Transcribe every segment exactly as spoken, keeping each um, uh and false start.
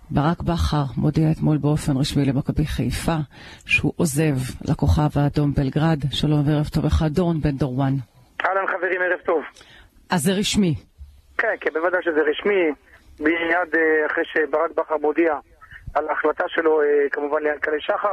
ברק בכר מודיע אתמול באופן רשמי למכבי חיפה שהוא עוזב לכוכב האדום בלגרד. שלום וערב טוב לך, דורון בן דורואן. אהלן חברים, ערב טוב. אז זה רשמי. כן, כן, בוודאי שזה רשמי. מיד אחרי שברק בכר מודיע על ההחלטה שלו, כמובן ליענקל'ה שחר,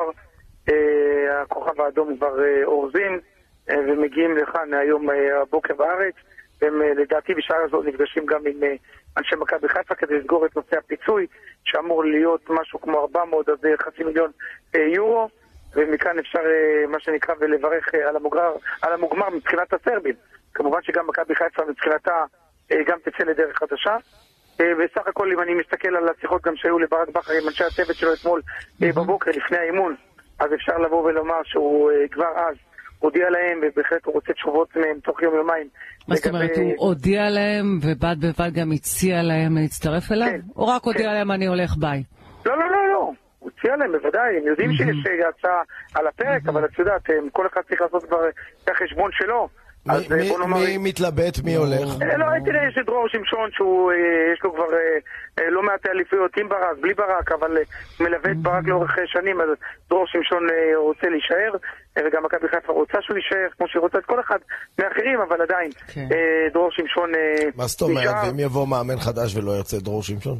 הכוכב האדום כבר אורזים ומגיעים לכאן היום הבוקר בארץ. הם לדעתי בשעה הזאת נפגשים גם עם אנשי מכבי חיפה כדי לסגור את נושא הפיצוי, שאמור להיות משהו כמו ארבע מאות עד חצי מיליון יורו, ומכאן אפשר מה שנקרא ולברך על המוגמר, על המוגמר מבחינת הסרבים. כמובן שגם מכבי חיפה מבחינתה גם תצא לדרך חדשה. בסך הכל אם אני מסתכל על השיחות גם שהיו לברק בכר עם אנשי הצוות שלו אתמול בבוקר לפני האימון, אז אפשר לבוא ולומר שהוא כבר אז הודיע להם, ובהחלט הוא רוצה תשובות מהם תוך יום יומיים. מה זאת אומרת, הוא הודיע להם ובד בבד גם הציע להם להצטרף אליו? או רק הודיע להם אני הולך ביי? לא, לא, לא, לא. הוא הציע להם בוודאי, הם יודעים שיש הצעה על הפרק, אבל את יודעת, כל אחד צריך לעשות כבר את החשבון שלו. מי מתלבט, מי הולך? לא, תראה, יש את דרור שמשון שיש לו כבר לא מעט אליפויות עם ברק, בלי ברק, אבל מלווה את ברק לאורך שנים, אז דרור שמשון רוצה להישאר, וגם מכבי חיפה רוצה שהוא יישאר, כמו שהיא רוצה את כל אחד מאחרים, אבל עדיין דרור שמשון נשאר. מה זאת אומרת, ואם יבוא מאמן חדש ולא ירצה דרור שמשון?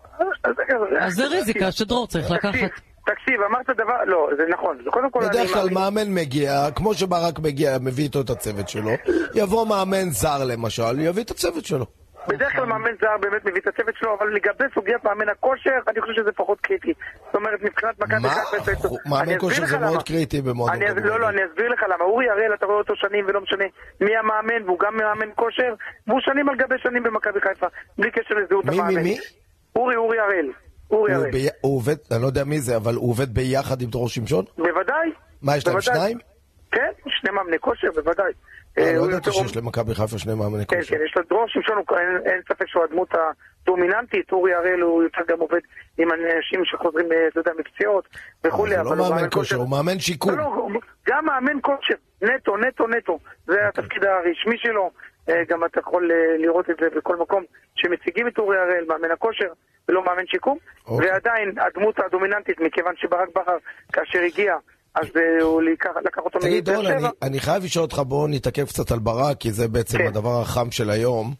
אז זה ריזיקה שדרור צריך לקחת. תקשיב, אמרת דבר, לא, זה נכון. בדרך כלל מאמן מגיע, כמו שברק מגיע, מביא איתו את הצוות שלו, יבוא מאמן זר למשל, יביא את הצוות שלו. בדרך כלל מאמן זר באמת מביא את הצוות שלו, אבל לגבי סוגיית מאמן הכושר, אני חושב שזה פחות קריטי. זאת אומרת, מבחינת מכבי חיפה... מה? מאמן כושר זה מאוד קריטי במועדון כדורגל. לא, לא, אני אסביר לך למה. אורי הראל, אתה רואה אותו שנים ולא משנה מי המאמן, והוא גם מאמן כושר, והוא שנים על גבי שנים במכבי חיפה, בלי קשר לזהות המאמן. מי, מי? אורי, אורי הראל. הוא עובד, אני לא יודע מי זה, אבל הוא עובד ביחד עם דרור שמשון? בוודאי. מה, יש להם שניים? כן, שני מאמני כושר, בוודאי. לא ידעתי שיש למכבי חיפה שני מאמני כושר. כן, כן, יש לו דרור שמשון, אין ספק שהוא הדמות הדומיננטית, אורי הראל הוא יותר גם עובד עם אנשים שחוזרים, אתה יודע, מפציעות וכולי. הוא לא מאמן כושר, הוא מאמן שיקום. גם מאמן כושר, נטו, נטו, נטו. זה התפקיד הרשמי שלו. גם אתה יכול לראות את זה בכל מקום שמציגים את אורי הראל, מאמן הכושר ולא מאמן שיקום, ועדיין הדמות הדומיננטית, מכיוון שברק בכר כאשר הגיע, אז הוא לקח אותו תגיד דורון, אני חייב לשאול אותך, בואו נתעכב קצת על ברק, כי זה בעצם הדבר החם של היום.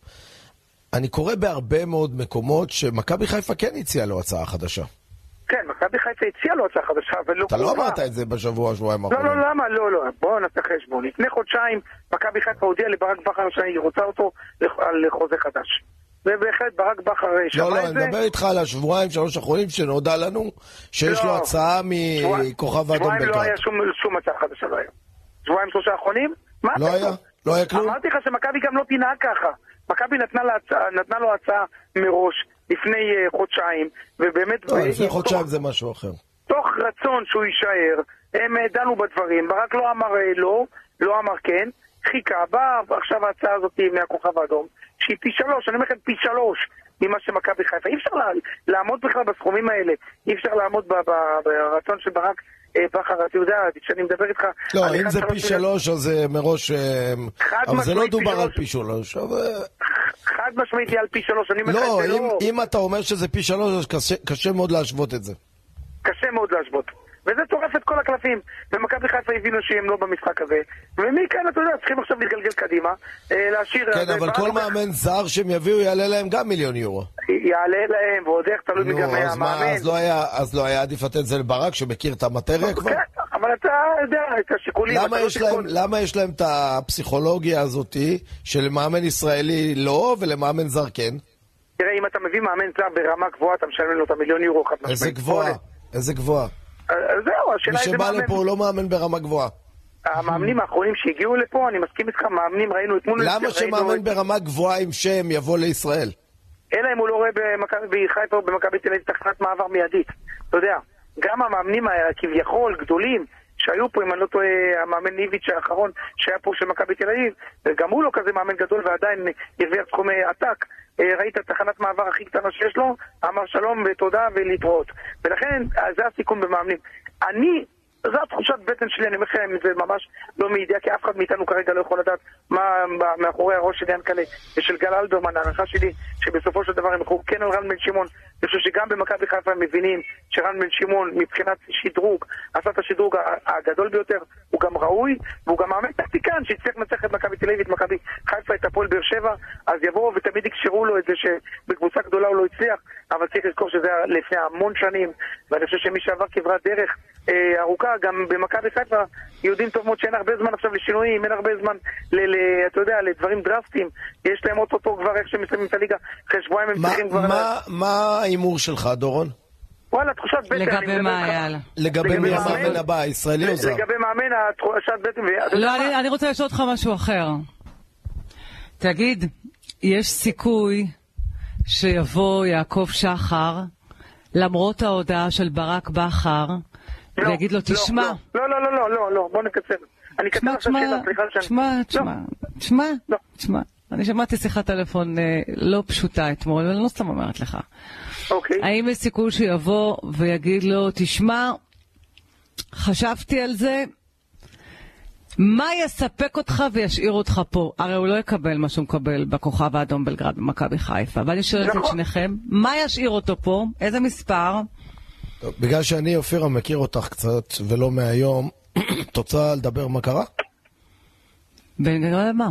אני קורא בהרבה מאוד מקומות שמכבי חיפה כן הציעה לו הצעה חדשה. כן, מכבי חיפה הציעה לו הצעה חדשה, אבל לא... אתה לא אמרת את זה בשבוע, שבועיים האחרונים. לא, לא, למה? לא, לא. בואו נעשה חשבון. לפני חודשיים, מכבי חיפה הודיעה לברק בכר שאני רוצה אותו לחוזה חדש. ובהחלט ברק בכר שמע את זה. לא, לא, אני מדבר איתך על השבועיים, שלוש האחרונים, שנודע לנו שיש לו הצעה מכוכב האדום בלגרד. שבועיים לא היה שום הצעה חדשה, לא היה. שבועיים שלושה האחרונים? מה? לא היה? לא היה כלום? אמרתי לך שמכבי גם לא תנהג ככה. מכבי נתנה לו הצעה מראש לפני חודשיים, ובאמת... לא, לפני חודשיים זה משהו אחר. תוך רצון שהוא יישאר, הם דנו בדברים, ברק לא אמר לא, לא אמר כן, חיכה, בא עכשיו ההצעה הזאת מהכוכב האדום, שהיא פי שלוש, אני אומר לכם פי שלוש ממה שמכבי חיפה. אי אפשר לעמוד בכלל בסכומים האלה, אי אפשר לעמוד ברצון של ברק בכר, אתה יודע, כשאני מדבר איתך... לא, אם זה פי שלוש, אז מראש... אבל זה לא דובר על פי שלוש. חד משמעית היא על פי שלוש. לא, אם אתה אומר שזה פי שלוש, אז קשה מאוד להשוות את זה. קשה מאוד להשוות. וזה טורף את כל הקלפים. ומכבי חיפה הבינו שהם לא במשחק הזה. ומכאן, אתה יודע, צריכים עכשיו להתגלגל קדימה, להשאיר... כן, אבל כל מאמן זר שהם יביאו יעלה להם גם מיליון יורו. יעלה להם, ועוד איך תלוי בגם היה מאמן. אז לא היה עדיף לתת את זה לברק, שמכיר את המטריה כבר? כן, אבל אתה יודע, את השיקולים... למה יש להם את הפסיכולוגיה הזאת, שלמאמן ישראלי לא, ולמאמן זר כן? תראה, אם אתה מביא מאמן זר ברמה גבוהה, אתה משלם לו את המיליון יורו. איזה גבוהה? איזה גבוהה? זהו, השאלה איזה מאמן. מי שבא לפה הוא לא מאמן ברמה גבוהה. המאמנים האחרונים שהגיעו לפה, אני מסכים איתך, מאמנים ראינו את מול... למה שמאמן ברמה גבוהה עם שם יבוא לישראל? אלא אם הוא לא רואה בחיפה או במכבי תל אביב תחנת מעבר מיידית. אתה יודע, גם המאמנים כביכול גדולים שהיו פה, אם אני לא טועה, המאמן ניביץ' האחרון שהיה פה של מכבי תל אביב, גם הוא לא כזה מאמן גדול ועדיין הרוויח סכומי עתק. ראית את תחנת מעבר הכי קטנה שיש לו, אמר שלום ותודה ולהתראות. ולכן, זה הסיכון במאמנים. אני זו התחושת בטן שלי, אני אומר לכם, זה ממש לא מידיעה, כי אף אחד מאיתנו כרגע לא יכול לדעת מה מאחורי הראש של ינקלה ושל גל אלברמן. הערכה שלי שבסופו של דבר הם ילכו כן על רן בן שמעון. אני חושב שגם במכבי חיפה הם מבינים שרן בן שמעון מבחינת שדרוג עשה את השדרוג הגדול ביותר, הוא גם ראוי, והוא גם מאמן טקטיקן שהצליח לנצח את מכבי תל אביב, את מכבי חיפה, את הפועל באר שבע, אז יבואו ותמיד יקשרו לו את זה שבקבוצה גדולה הוא לא הצליח, אבל צריך לזכור שזה לפני המון שנים, ואני חושב שמי שעבר כברת דרך אה, ארוכה, גם במכבי חיפה יודעים טוב מאוד שאין הרבה זמן עכשיו לשינויים, אין הרבה זמן ל, ל, אתה יודע, לדברים דרסטיים, יש להם אוטוטו כבר איך שמסיימים את הליגה, אחרי שבועיים הם צריכים כבר... מה ההימור שלך, דורון? וואלה, תחושת בטן. לגבי מה, יאללה? לגבי מי המאמן הבא, ישראלי או זר? לגבי מאמן, התחושת בטן... לא, אני רוצה לשאול אותך משהו אחר. תגיד, יש סיכוי שיבוא יעקב שחר, למרות ההודעה של ברק בכר, ויגיד לו, תשמע... לא, לא, לא, לא, לא, לא, בוא נקצר. אני אקצר עכשיו שאלה, סליחה שאני... תשמע, תשמע, תשמע, תשמע. אני שמעתי שיחת טלפון לא פשוטה אתמול, אבל אני לא סתם אומרת לך. אוקיי. האם יש סיכוי שיבוא ויגיד לו, תשמע, חשבתי על זה, מה יספק אותך וישאיר אותך פה? הרי הוא לא יקבל מה שהוא מקבל בכוכב האדום בלגרד במכבי חיפה. ואני שואלת את שניכם, מה ישאיר אותו פה? איזה מספר? בגלל שאני, אופירה, מכיר אותך קצת, ולא מהיום, תוצאה לדבר מה קרה? בגלל מה?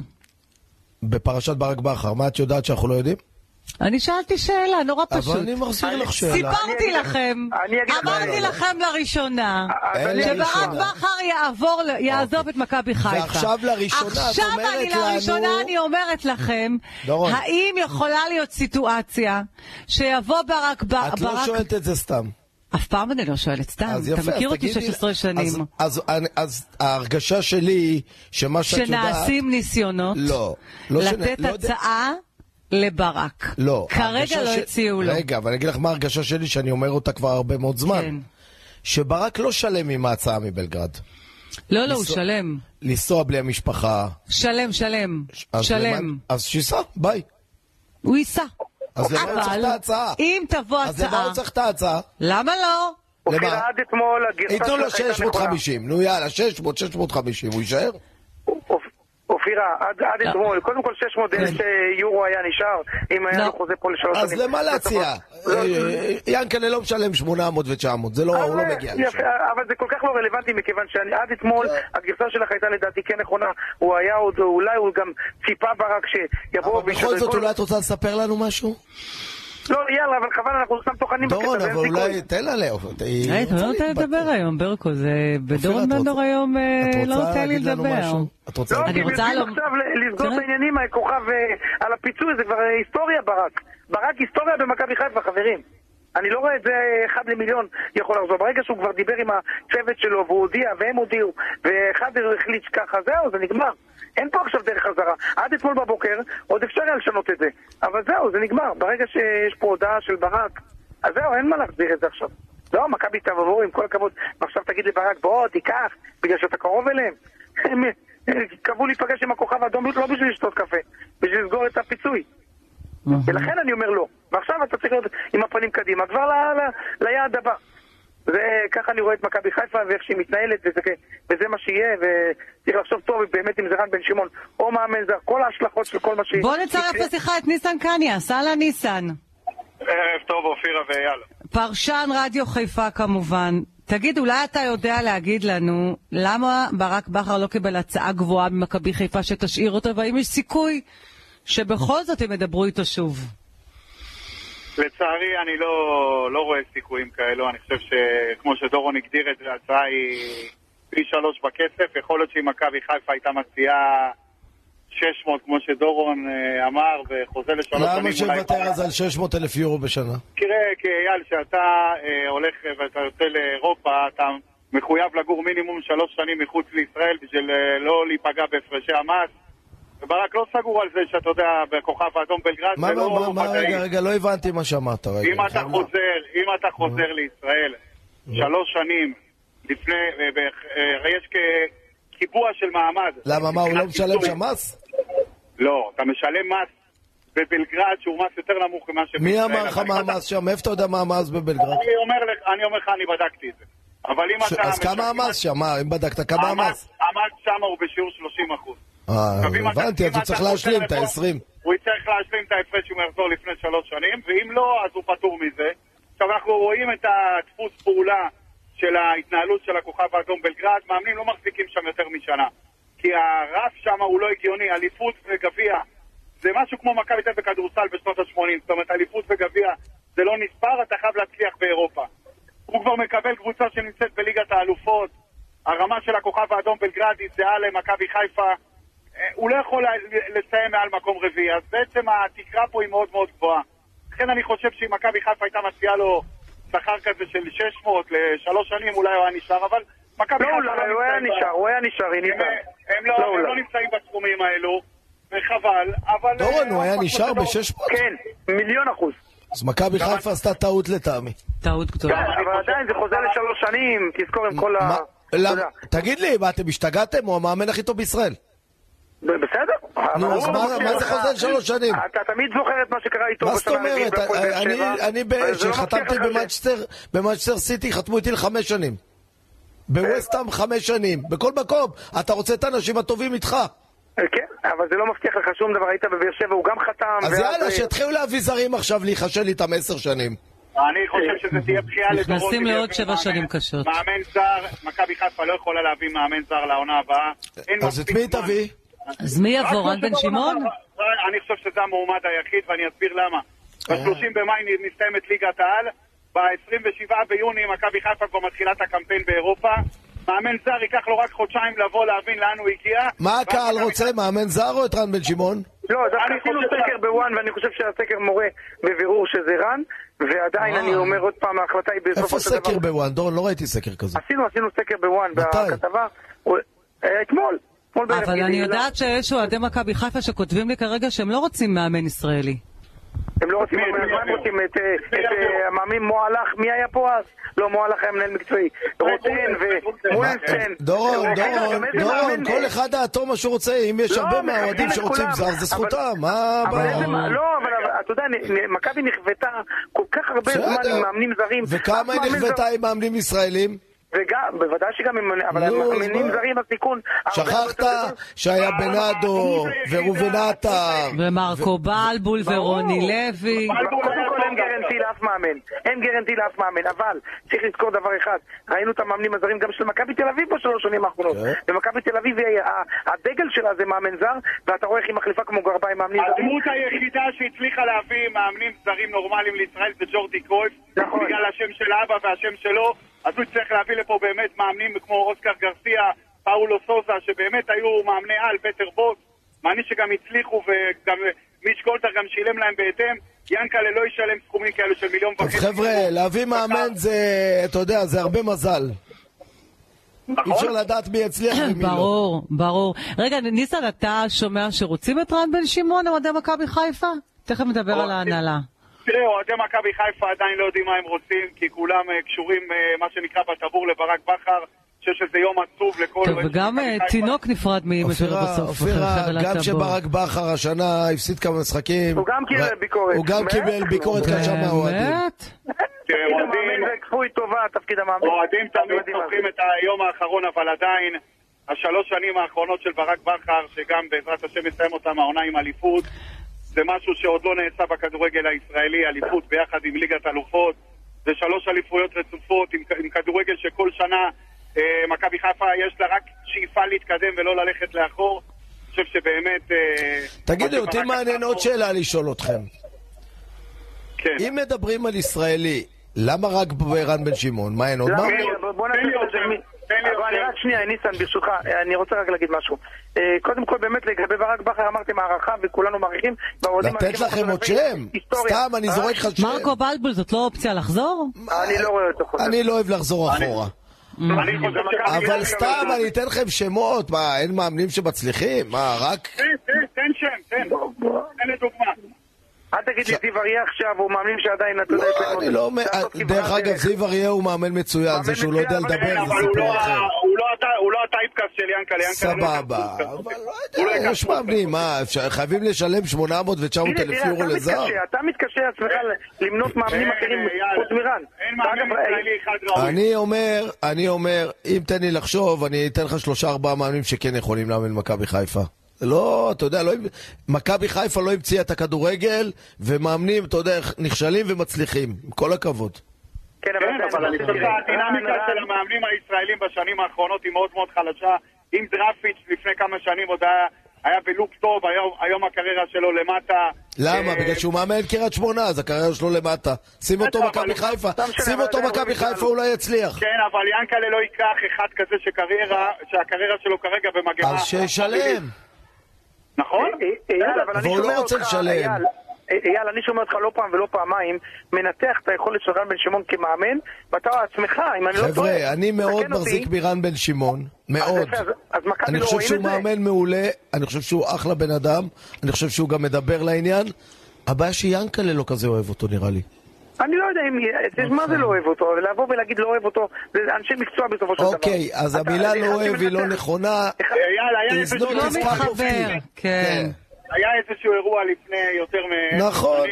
בפרשת ברק בכר, מה את יודעת שאנחנו לא יודעים? אני שאלתי שאלה, נורא פשוט. אבל אני מחזיר לך שאלה. סיפרתי לכם, אמרתי לכם לראשונה, שברק בכר יעבור, יעזוב את מכבי חיפה. ועכשיו לראשונה, עכשיו אני לראשונה אני אומרת לכם, האם יכולה להיות סיטואציה שיבוא ברק בכר... את לא שואלת את זה סתם. אף פעם אני לא שואלת סתם, אתה מכיר אותי שש עשרה שנים. אז ההרגשה שלי היא שמה שאת יודעת... שנעשים ניסיונות לתת הצעה לברק. לא. כרגע לא הציעו לו. רגע, אבל אני אגיד לך מה ההרגשה שלי, שאני אומר אותה כבר הרבה מאוד זמן. שברק לא שלם עם ההצעה מבלגרד. לא, לא, הוא שלם. לנסוע בלי המשפחה. שלם, שלם. שלם. אז שיסע, ביי. הוא ייסע. אז למה הוא צריך את ההצעה? אם תבוא הצעה... אז למה הוא צריך את ההצעה? למה לא? אופירה, עד אתמול הגרסה שלך הייתה נכונה. שש מאות וחמישים, נו יאללה, שש מאות, שש מאות וחמישים, הוא יישאר? אופירה, עד אתמול, קודם כל שש מאות אלף יורו היה נשאר, אם היה לו חוזה פה לשלוש שנים. אז למה להציע? ינקלה לא משלם שמונה מאות ותשע מאות, זה לא, הוא לא מגיע לשם. אבל זה כל כך לא רלוונטי, מכיוון שעד אתמול הגרסה שלך הייתה לדעתי כן נכונה, הוא היה עוד, אולי הוא גם ציפה ברק שיבוא... אבל בכל זאת אולי את רוצה לספר לנו משהו? לא, יאללה, אבל חבל, אנחנו סתם תוכנים בקטע. דורון, אבל אולי, תן לה לאו. היי, אתה לא נותן לדבר היום, ברקו, זה בדורון בנדור היום לא נותן לי לדבר. לא, כי בזמן עכשיו לסגור את העניינים, הכוכב על הפיצוי, זה כבר היסטוריה ברק. ברק היסטוריה במכבי חיפה, חברים. אני לא רואה את זה אחד למיליון יכול לחזור. ברגע שהוא כבר דיבר עם הצוות שלו והוא הודיע והם הודיעו ואחד החליט ככה, זהו, זה נגמר. אין פה עכשיו דרך חזרה. עד אתמול בבוקר עוד אפשר היה לשנות את זה. אבל זהו, זה נגמר. ברגע שיש פה הודעה של ברק, אז זהו, אין מה להחזיר את זה עכשיו. לא, מכבי תבוא עם כל הכבוד. ועכשיו תגיד לברק, בוא, תיקח, בגלל שאתה קרוב אליהם. הם קבעו להיפגש עם הכוכב האדום, לא בשביל לשתות קפה, בשביל לסגור את הפיצוי. ולכן אני אומר לא. ועכשיו אתה צריך להיות עם הפנים קדימה, כבר ליעד הבא. וככה אני רואה את מכבי חיפה ואיך שהיא מתנהלת, וזה, וזה מה שיהיה, וצריך לחשוב טוב באמת אם זה רן בן שמעון או מאמן זר, כל ההשלכות של כל מה שהיא... בוא נצרף לשיחה את ניסן קניה, סלע ניסן. ערב טוב אופירה ויאללה. פרשן רדיו חיפה כמובן. תגיד, אולי אתה יודע להגיד לנו למה ברק בכר לא קיבל הצעה גבוהה ממכבי חיפה שתשאיר אותו, והאם יש סיכוי שבכל זאת הם ידברו איתו שוב? לצערי אני לא, לא רואה סיכויים כאלו. אני חושב שכמו שדורון הגדיר את זה, ההצעה היא פי שלוש בכסף. יכול להיות שאם מכבי חיפה הייתה מציעה שש מאות כמו שדורון אמר וחוזה לשלוש שנים. למה שוותר אז על שש מאות אלף יורו בשנה? תראה, כאייל, שאתה הולך ואתה יוצא לאירופה, אתה מחויב לגור מינימום שלוש שנים מחוץ לישראל בשביל לא להיפגע בהפרשי המס. וברק לא סגור על זה שאתה יודע, בכוכב האדום בלגרד, מה, זה לא... מה, רגע, רגע, לא הבנתי מה שאמרת, רגע. אם אתה חוזר, אם אתה חוזר לישראל, שלוש שנים לפני, יש כקיבוע של מעמד. למה, מה, הוא לא משלם שם מס? לא, אתה משלם מס בבלגרד, שהוא מס יותר נמוך ממה שבישראל. מי אמר לך מה המס שם? איפה אתה יודע מה המס בבלגרד? אני אומר לך, אני בדקתי את זה. אבל אם אתה... אז כמה המס שם? מה, אם בדקת כמה המס? המס שם הוא בשיעור שלושים אחוז. אה, הבנתי, אז הוא צריך להשלים את ה-עשרים. הוא יצטרך להשלים את ההפרש אם הוא יחזור לפני שלוש שנים, ואם לא, אז הוא פטור מזה. עכשיו אנחנו רואים את הדפוס פעולה של ההתנהלות של הכוכב האדום בלגרד, מאמנים לא מחזיקים שם יותר משנה. כי הרף שם הוא לא הגיוני, אליפות וגביע. זה משהו כמו מכבי תל אביב בכדורסל בשנות ה-שמונים, זאת אומרת אליפות וגביע זה לא נספר, אתה חייב להצליח באירופה. הוא כבר מקבל קבוצה שנמצאת בליגת האלופות, הרמה של הכוכב האדום בלגרד היא זהה למכבי חיפה, הוא לא יכול לסיים מעל מקום רביעי, אז בעצם התקרה פה היא מאוד מאוד גבוהה. לכן אני חושב שאם מכבי חיפה הייתה מציעה לו שכר כזה של שש מאות לשלוש שנים, אולי הוא היה נשאר, אבל מכבי חיפה לא, הוא היה נשאר, הוא היה נשאר, הם לא נמצאים בסכומים האלו, וחבל, אבל... דורון, הוא היה נשאר ב-שש מאות? כן, מיליון אחוז. אז מכבי חיפה עשתה טעות לטעמי. טעות גדולה. אבל עדיין זה חוזר לשלוש שנים, תזכור עם כל ה... תגיד לי, מה, אתם השתגעתם? הוא המאמן הכי טוב בישראל. בסדר. נו, אז מה זה חוזר לשלוש שנים? אתה תמיד זוכר את מה שקרה איתו. מה זאת אומרת? אני, כשחתמתי במנצ'סטר סיטי, חתמו איתי לחמש שנים. בווסטהאם חמש שנים. בכל מקום. אתה רוצה את האנשים הטובים איתך. כן, אבל זה לא מבטיח לך שום דבר. היית בבאר שבע, הוא גם חתם. אז יאללה, שיתחילו להביא זרים עכשיו להיחשל איתם עשר שנים. אני חושב שזה תהיה בחייה לדורות. נכנסים לעוד שבע שנים קשות. מאמן זר, מכבי חיפה לא יכולה להביא מאמן זר לעונה הבאה. אז את מי תביא? אז מי יבוא? רן בן שמעון? אני חושב שזה המועמד היחיד, ואני אסביר למה. ב-שלושים במאי מסתיימת ליגת העל, ב-עשרים ושבעה ביוני מכבי חיפה כבר מתחילה את הקמפיין באירופה. מאמן זר ייקח לו רק חודשיים לבוא להבין לאן הוא הגיע. מה הקהל רוצה? מאמן זר או את רן בן שמעון? לא, דווקא עשינו סקר בוואן, ואני חושב שהסקר מורה בבירור שזה רן, ועדיין אני אומר עוד פעם, ההחלטה היא בסופו של דבר... איפה סקר בוואן? דורון, לא ראיתי סקר כזה. עשינו, עשינו סקר בוואן, בכתבה, אתמול. אבל אני יודעת שיש אוהדי מכבי חיפה שכותבים לי כרגע שהם לא רוצים מאמן ישראלי. הם לא רוצים, הם רוצים את המאמין מועלך, מי היה פה אז? לא, מועלך היה מנהל מקצועי. רוטן ומולסטן. דורון, דורון, דורון, כל אחד דעתו מה שהוא רוצה, אם יש הרבה מהאוהדים שרוצים זר, זה זכותם, מה הבעיה? לא, אבל אתה יודע, מכבי נכוותה כל כך הרבה זמן עם מאמנים זרים. וכמה היא נכוותה עם מאמנים ישראלים? וגם, בוודאי שגם עם... אבל המאמנים זרים הסיכון... שכחת שהיה בנאדו ורובנטה ומרקו בלבול ורוני לוי. קודם כל אין גרנטי לאף מאמן. אין גרנטי לאף מאמן, אבל צריך לזכור דבר אחד. ראינו את המאמנים הזרים גם של מכבי תל אביב בשלוש שנים האחרונות. ומכבי תל אביב, הדגל שלה זה מאמן זר, ואתה רואה איך היא מחליפה כמו גרביים מאמנים זרים. הדמות היחידה שהצליחה להביא מאמנים זרים נורמליים לישראל זה ג'ורדי קרויף. בגלל השם של אבא והשם שלו. אז הוא צריך להביא לפה באמת מאמנים כמו אוסקר גרסיה, פאולו סוזה, שבאמת היו מאמני על, פטר בוס, מאמנים שגם הצליחו וגם מיש גולדהר גם שילם להם בהתאם. ינקלה לא ישלם סכומים כאלו של מיליון וחצי. טוב חבר'ה, להביא מאמן זה, אתה יודע, זה הרבה מזל. אי אפשר לדעת מי יצליח ומי לא. ברור, ברור. רגע, ניסן, אתה שומע שרוצים את רן בן שמעון או אוהדי מכבי חיפה? תכף נדבר על ההנהלה. תראה, אוהדי מכבי חיפה עדיין לא יודעים מה הם רוצים, כי כולם קשורים, מה שנקרא בטבור, לברק בכר. אני חושב שזה יום עצוב לכל... טוב, וגם תינוק נפרד מאמא שלו בסוף. אופירה, גם שברק בכר השנה הפסיד כמה משחקים. הוא גם קיבל ביקורת. הוא גם קיבל ביקורת קשה מהאוהדים. אוהדים תמיד זוכרים את היום האחרון, אבל עדיין השלוש שנים האחרונות של ברק בכר, שגם בעזרת השם מסיים אותם העונה עם אליפות, זה משהו שעוד לא נעשה בכדורגל הישראלי, אליפות ביחד עם ליגת אלופות, זה שלוש אליפויות רצופות עם, עם כדורגל שכל שנה אה, מכבי חיפה יש לה רק שאיפה להתקדם ולא ללכת לאחור. אני חושב שבאמת... אה, תגידו, אותי מעניין עוד שאלה לשאול אתכם. כן. אם מדברים על ישראלי, למה רק רן בן שמעון? מה אין עוד? מה? בוא נעשה את זה מי... אבל רק שנייה, ניסן, ברשותך, אני רוצה רק להגיד משהו. קודם כל, באמת, לגבי ברק בכר אמרתם הערכה וכולנו מעריכים. לתת לכם עוד שם? סתם, אני זורק לך שם. מרקו בלבול, זאת לא אופציה לחזור? אני לא רואה אותו חוזר. אני לא אוהב לחזור אחורה. אבל סתם, אני אתן לכם שמות. מה, אין מאמנים שמצליחים? מה, רק... תן שם, תן. תן לדוגמה. אל תגיד לי זיו אריה עכשיו, הוא מאמין שעדיין אתה יודע... אני לא... דרך אגב, זיו אריה הוא מאמן מצוין, זה שהוא לא יודע לדבר, זה סיפור אחר. הוא לא הוא לא הטייפקאסט של ינקלה. סבבה, אבל לא יודע, יש מאמנים, מה, חייבים לשלם שמונה מאות ותשע מאות אלף יורו לזר? אתה מתקשה עצמך למנות מאמנים אחרים חוץ מרן. אין מאמן ישראלי אחד ראוי. אני אומר, אני אומר, אם תן לי לחשוב, אני אתן לך שלושה ארבעה מאמנים שכן יכולים לאמן מכבי חיפה. לא, אתה יודע, לא, מכבי חיפה לא המציאה את הכדורגל, ומאמנים, אתה יודע, נכשלים ומצליחים. עם כל הכבוד. כן, אבל אני חושב שהדינמיקה של המאמנים הישראלים בשנים האחרונות היא מאוד מאוד חלשה. אם דרפיץ' לפני כמה שנים עוד היה בלוק טוב, היום הקריירה שלו למטה. למה? בגלל שהוא מאמן קריית שמונה, אז הקריירה שלו למטה. שים אותו מכבי חיפה, שים אותו מכבי חיפה, אולי יצליח. כן, אבל ינקלה לא ייקח אחד כזה שהקריירה שלו כרגע במגמה. אז שישלם. נכון? אבל הוא לא רוצה לשלם. אייל, אני שומע אותך לא פעם ולא פעמיים, מנתח את היכולת של רן בן שמעון כמאמן, ואתה עצמך, אם אני לא טועה. חבר'ה, אני מאוד מחזיק מרן בן שמעון, מאוד. אני חושב שהוא מאמן מעולה, אני חושב שהוא אחלה בן אדם, אני חושב שהוא גם מדבר לעניין. הבעיה שיאנקלה לא כזה אוהב אותו, נראה לי. אני לא יודע אם, מה זה לא אוהב אותו, לבוא ולהגיד לא אוהב אותו, זה אנשי מקצוע בסופו של דבר. אוקיי, אז המילה לא אוהב היא לא נכונה. לא מתחבר, כן. היה איזשהו אירוע לפני יותר משנים. נכון.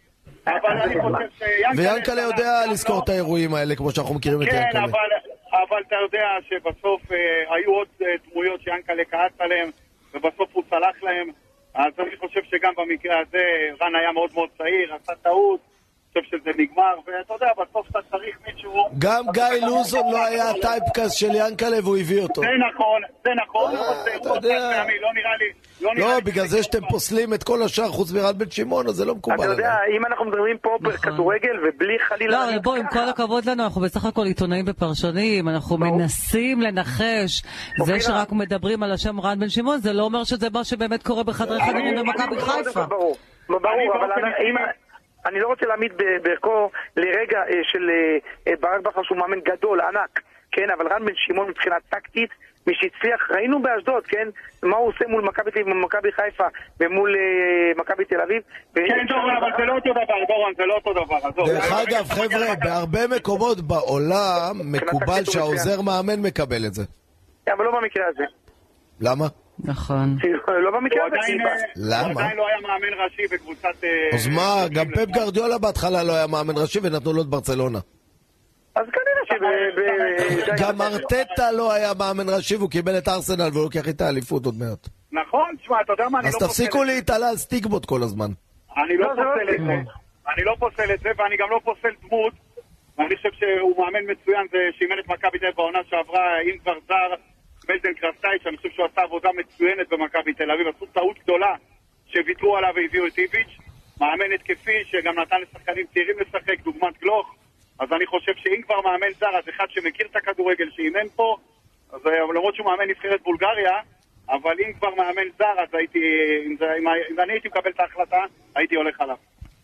אבל אני חושב שיאנקלה... ויאנקלה יודע לזכור את האירועים האלה, כמו שאנחנו מכירים את יאנקלה. כן, אבל אתה יודע שבסוף היו עוד דמויות שיאנקלה כעס עליהם, ובסוף הוא סלח להם. אז אני חושב שגם במקרה הזה רן היה מאוד מאוד צעיר, עשה טעות. חושב שזה נגמר, ואתה יודע, בסוף אתה צריך מישהו... גם גיא לוזון לא היה הטייפקאסט של ינקלה והוא הביא אותו. זה נכון, זה נכון, אתה יודע... לא נראה לי... לא, בגלל זה שאתם פוסלים את כל השאר חוץ מרן בן שמעון, אז זה לא מקובל. אתה יודע, אם אנחנו מדברים פה בכדורגל ובלי חלילה... לא, בוא, עם כל הכבוד לנו, אנחנו בסך הכל עיתונאים ופרשנים, אנחנו מנסים לנחש, זה שרק מדברים על השם רן בן שמעון, זה לא אומר שזה מה שבאמת קורה בחדרי חדרים במכבי חיפה. ברור, ברור, אבל אם... אני לא רוצה להעמיד בערכו לרגע של ברק בכר שהוא מאמן גדול, ענק, כן, אבל רן בן שמעון מבחינה טקטית, מי שהצליח, ראינו באשדוד, כן, מה הוא עושה מול מכבי תל אביב, מכבי חיפה ומול מכבי תל אביב. כן, דורון, אבל זה לא אותו דבר, דורון, זה לא אותו דבר. דרך אגב, חבר'ה, בהרבה מקומות בעולם מקובל שהעוזר מאמן מקבל את זה. אבל לא במקרה הזה. למה? נכון. לא במקרה הזה. למה? הוא עדיין לא היה מאמן ראשי בקבוצת... אז מה, גם פפ גרדיולה בהתחלה לא היה מאמן ראשי ונתנו לו את ברצלונה. אז כנראה ש... גם ארטטה לא היה מאמן ראשי והוא קיבל את ארסנל והוא לוקח איתה אליפות עוד מעט. נכון, תשמע, אתה יודע מה, אני לא פוסל... אז תפסיקו להתעלה על סטיגמות כל הזמן. אני לא פוסל את זה. אני לא פוסל את זה ואני גם לא פוסל דמות. אני חושב שהוא מאמן מצוין, זה שאימן את מכבי תל אביב בעונה שעברה, אם כבר זר, מלדן קרסטייץ', אני חושב שהוא עשה עבודה מצוינת במכבי תל אביב, עשו טעות גדולה שוויתרו עליו והביאו את איביץ', מאמן התקפי שגם נתן לשחקנים צעירים לשחק, דוגמת גלוך. אז אני חושב שאם כבר מאמן זר, אז אחד שמכיר את הכדורגל שאימן פה, אז למרות שהוא מאמן נבחרת בולגריה, אבל אם כבר מאמן זר, אז הייתי, אם, זה, אם, אם אני הייתי מקבל את ההחלטה, הייתי הולך עליו.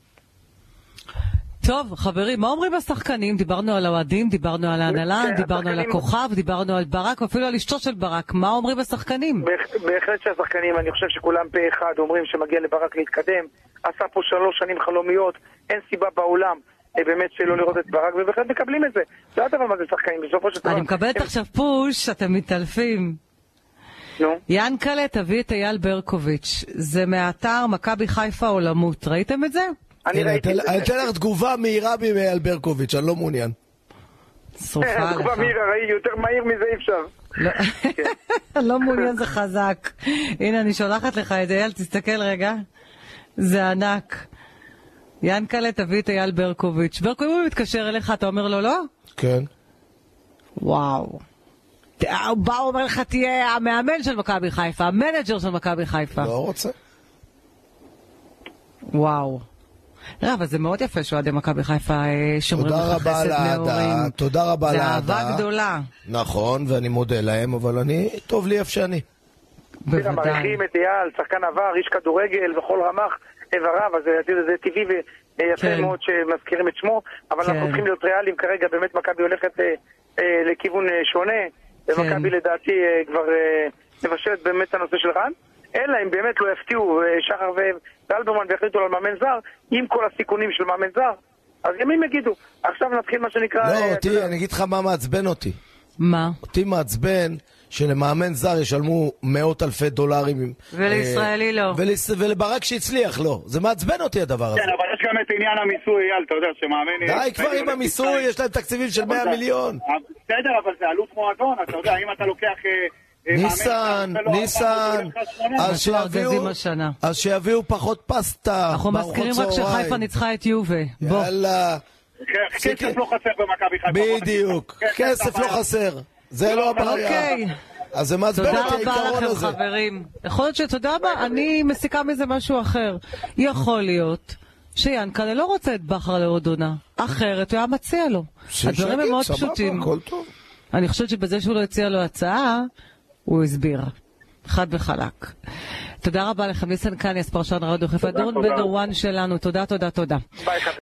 טוב, חברים, מה אומרים השחקנים? דיברנו על האוהדים, דיברנו על ההנהלה, דיברנו על הכוכב, דיברנו על ברק, אפילו על אשתו של ברק. מה אומרים השחקנים? בהחלט שהשחקנים, אני חושב שכולם פה אחד אומרים שמגיע לברק להתקדם. עשה פה שלוש שנים חלומיות, אין סיבה בעולם באמת שלא לראות את ברק, ובהחלט מקבלים את זה. לא יודעת מה זה שחקנים, בסופו של דבר. אני מקבלת עכשיו פוש, אתם מתעלפים. נו. ינקלה, תביא את אייל ברקוביץ'. זה מהאתר מכבי חיפה עולמות. ראיתם את זה? אני ראיתי את זה. אני אתן לך תגובה מהירה מאייל ברקוביץ', אני לא מעוניין. שרופה לך. תגובה מהירה, ראי, יותר מהיר מזה אי אפשר. לא מעוניין זה חזק. הנה, אני שולחת לך את אייל, תסתכל רגע. זה ענק. ינקלה, תביא את אייל ברקוביץ'. ברקוביץ', הוא מתקשר אליך, אתה אומר לו לא? כן. וואו. בא אומר לך, תהיה המאמן של מכבי חיפה, המנג'ר של מכבי חיפה. לא רוצה. וואו. לא, אבל זה מאוד יפה שאוהדי מכבי חיפה שומרים לך חסד נאורים. תודה רבה על האהדה. זה אהבה גדולה. נכון, ואני מודה להם, אבל אני, טוב לי איפה שאני. בוודאי. מעריכים את אייל, שחקן עבר, איש כדורגל וכל רמ"ח איבריו, אז זה טבעי ויפה מאוד שמזכירים את שמו, אבל אנחנו צריכים להיות ריאליים כרגע, באמת מכבי הולכת לכיוון שונה, ומכבי לדעתי כבר מבשלת באמת הנושא של רן, אלא אם באמת לא יפתיעו שחר ואלברמן והחליטו על מאמן זר, עם כל הסיכונים של מאמן זר, אז ימים יגידו. עכשיו נתחיל מה שנקרא... לא, אותי, אני אגיד לך מה מעצבן אותי. מה? אותי מעצבן שלמאמן זר ישלמו מאות אלפי דולרים. ולישראלי לא. ולברק שהצליח לא. זה מעצבן אותי הדבר הזה. כן, אבל יש גם את עניין המיסוי, אייל, אתה יודע שמאמן... די כבר עם המיסוי, יש להם תקציבים של מאה מיליון. בסדר, אבל זה עלות מועדון, אתה יודע, אם אתה לוקח... ניסן, ניסן, אז שיביאו פחות פסטה. אנחנו מזכירים רק שחיפה ניצחה את יובה. יאללה. כסף לא חסר במכבי חיפה. בדיוק, כסף לא חסר. זה לא הבעיה. אז זה מעצבן את העיקרון הזה. תודה רבה לכם חברים. יכול להיות שאתה יודע מה, אני מסיקה מזה משהו אחר. יכול להיות שיאנקל'ה לא רוצה את בכר לעוד עונה. אחרת הוא היה מציע לו. הדברים הם מאוד פשוטים. אני חושבת שבזה שהוא לא הציע לו הצעה, הוא הסביר. חד וחלק. תודה רבה לכם. ניסן קניאס, פרשן רדיו חיפה, דורון בן דורואן שלנו. תודה, תודה, תודה.